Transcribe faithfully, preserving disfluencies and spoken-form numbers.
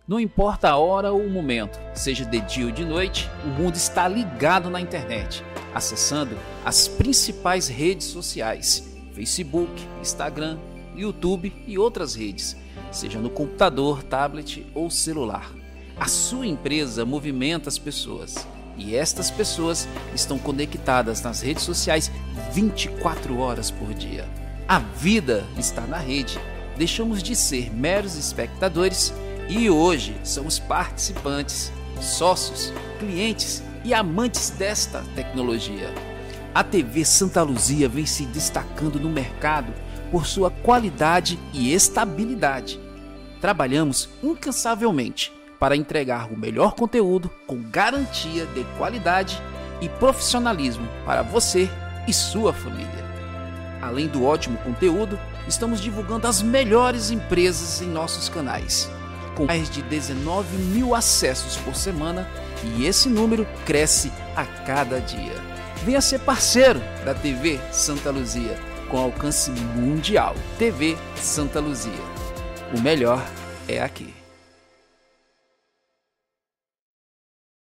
Não importa a hora ou o momento, seja de dia ou de noite, o mundo está ligado na internet, acessando as principais redes sociais, Facebook, Instagram, YouTube e outras redes, seja no computador, tablet ou celular. A sua empresa movimenta as pessoas e estas pessoas estão conectadas nas redes sociais vinte e quatro horas por dia. A vida está na rede. Deixamos de ser meros espectadores e hoje somos participantes, sócios, clientes e amantes desta tecnologia. A T V Santa Luzia vem se destacando no mercado por sua qualidade e estabilidade. Trabalhamos incansavelmente para entregar o melhor conteúdo com garantia de qualidade e profissionalismo para você e sua família. Além do ótimo conteúdo, estamos divulgando as melhores empresas em nossos canais, com mais de dezenove mil acessos por semana, e esse número cresce a cada dia. Venha ser parceiro da T V Santa Luzia, com alcance mundial. T V Santa Luzia. O melhor é aqui.